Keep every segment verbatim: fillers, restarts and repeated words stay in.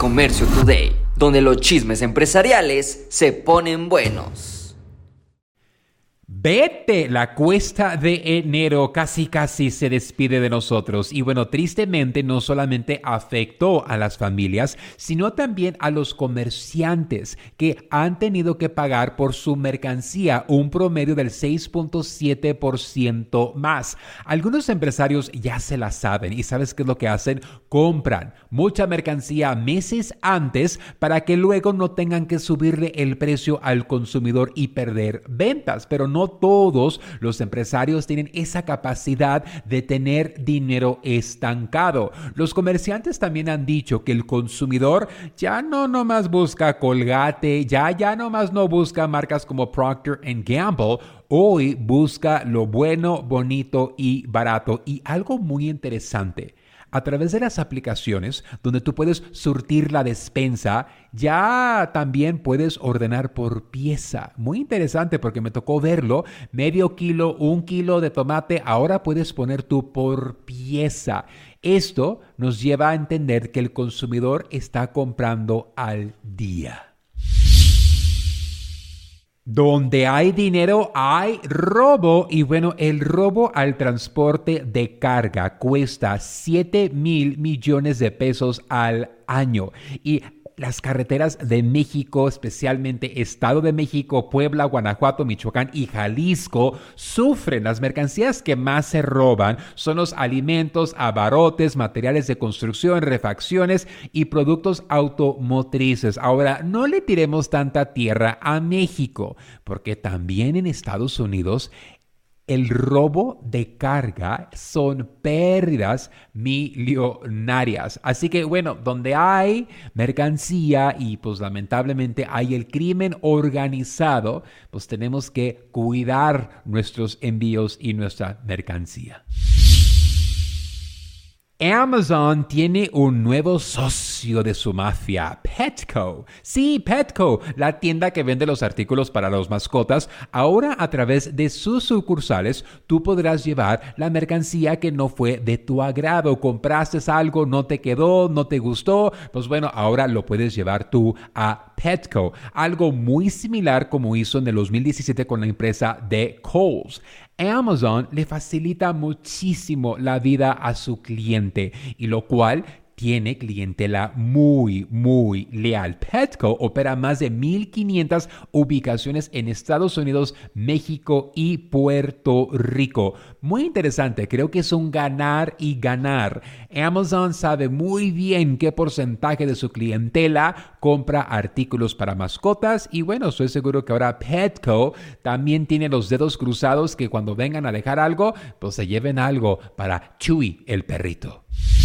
Comercio Today, donde los chismes empresariales se ponen buenos. Vete, la cuesta de enero casi casi se despide de nosotros y bueno, tristemente no solamente afectó a las familias, sino también a los comerciantes que han tenido que pagar por su mercancía un promedio del seis punto siete por ciento más. Algunos empresarios ya se la saben y ¿sabes qué es lo que hacen? Compran mucha mercancía meses antes para que luego no tengan que subirle el precio al consumidor y perder ventas, pero no todos los empresarios tienen esa capacidad de tener dinero estancado. Los comerciantes también han dicho que el consumidor ya no nomás busca Colgate, ya ya nomás no busca marcas como Procter and Gamble. Hoy busca lo bueno, bonito y barato. Y algo muy interesante, a través de las aplicaciones donde tú puedes surtir la despensa, ya también puedes ordenar por pieza. Muy interesante porque me tocó verlo. Medio kilo, un kilo de tomate, ahora puedes poner tú por pieza. Esto nos lleva a entender que el consumidor está comprando al día. Donde hay dinero, hay robo. Y bueno, el robo al transporte de carga cuesta siete mil millones de pesos al año. Y las carreteras de México, especialmente Estado de México, Puebla, Guanajuato, Michoacán y Jalisco, sufren. Las mercancías que más se roban son los alimentos, abarrotes, materiales de construcción, refacciones y productos automotrices. Ahora, no le tiremos tanta tierra a México, porque también en Estados Unidos el robo de carga son pérdidas millonarias. Así que bueno, donde hay mercancía y pues lamentablemente hay el crimen organizado, pues tenemos que cuidar nuestros envíos y nuestra mercancía. Amazon tiene un nuevo socio de su mafia, Petco. Sí, Petco, la tienda que vende los artículos para las mascotas. Ahora, a través de sus sucursales, tú podrás llevar la mercancía que no fue de tu agrado. Compraste algo, no te quedó, no te gustó. Pues bueno, ahora lo puedes llevar tú a Petco. Algo muy similar como hizo en el dos mil diecisiete con la empresa de Kohl's. Amazon le facilita muchísimo la vida a su cliente y lo cual tiene clientela muy, muy leal. Petco opera más de mil quinientas ubicaciones en Estados Unidos, México y Puerto Rico. Muy interesante, creo que es un ganar y ganar. Amazon sabe muy bien qué porcentaje de su clientela compra artículos para mascotas y bueno, estoy seguro que ahora Petco también tiene los dedos cruzados que cuando vengan a dejar algo, pues se lleven algo para Chewy, el perrito.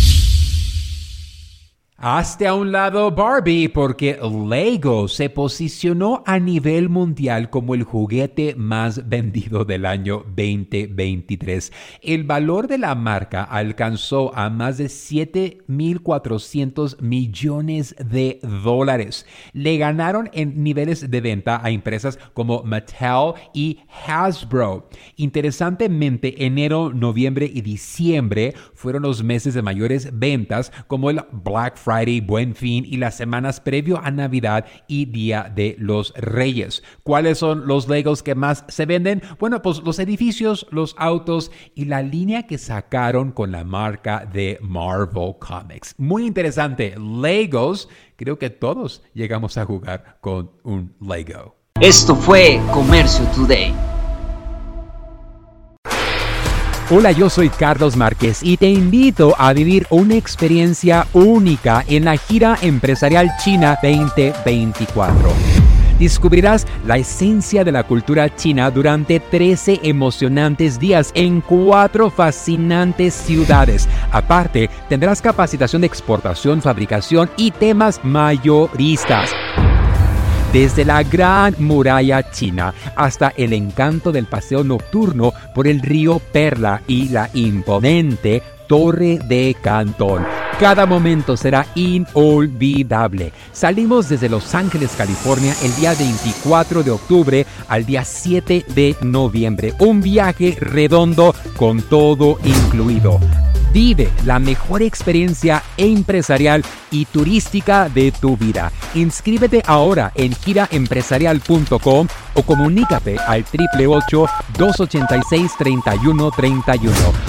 Hazte a un lado Barbie porque Lego se posicionó a nivel mundial como el juguete más vendido del año veinte veintitrés. El valor de la marca alcanzó a más de siete mil cuatrocientos millones de dólares. Le ganaron en niveles de venta a empresas como Mattel y Hasbro. Interesantemente, enero, noviembre y diciembre fueron los meses de mayores ventas como el Black Friday. Friday, Buen Fin y las semanas previo a Navidad y Día de los Reyes. ¿Cuáles son los Legos que más se venden? Bueno, pues los edificios, los autos y la línea que sacaron con la marca de Marvel Comics. Muy interesante. Legos, creo que todos llegamos a jugar con un Lego. Esto fue Comercio Today. Hola, yo soy Carlos Márquez y te invito a vivir una experiencia única en la gira empresarial China veinte veinticuatro. Descubrirás la esencia de la cultura china durante trece emocionantes días en cuatro fascinantes ciudades. Aparte, tendrás capacitación de exportación, fabricación y temas mayoristas. Desde la Gran Muralla China hasta el encanto del paseo nocturno por el río Perla y la imponente Torre de Cantón. Cada momento será inolvidable. Salimos desde Los Ángeles, California, el día veinticuatro de octubre al día siete de noviembre. Un viaje redondo con todo incluido. Vive la mejor experiencia empresarial y turística de tu vida. Inscríbete ahora en gira empresarial punto com o comunícate al triple ocho, dos ochenta y seis, treinta y uno treinta y uno.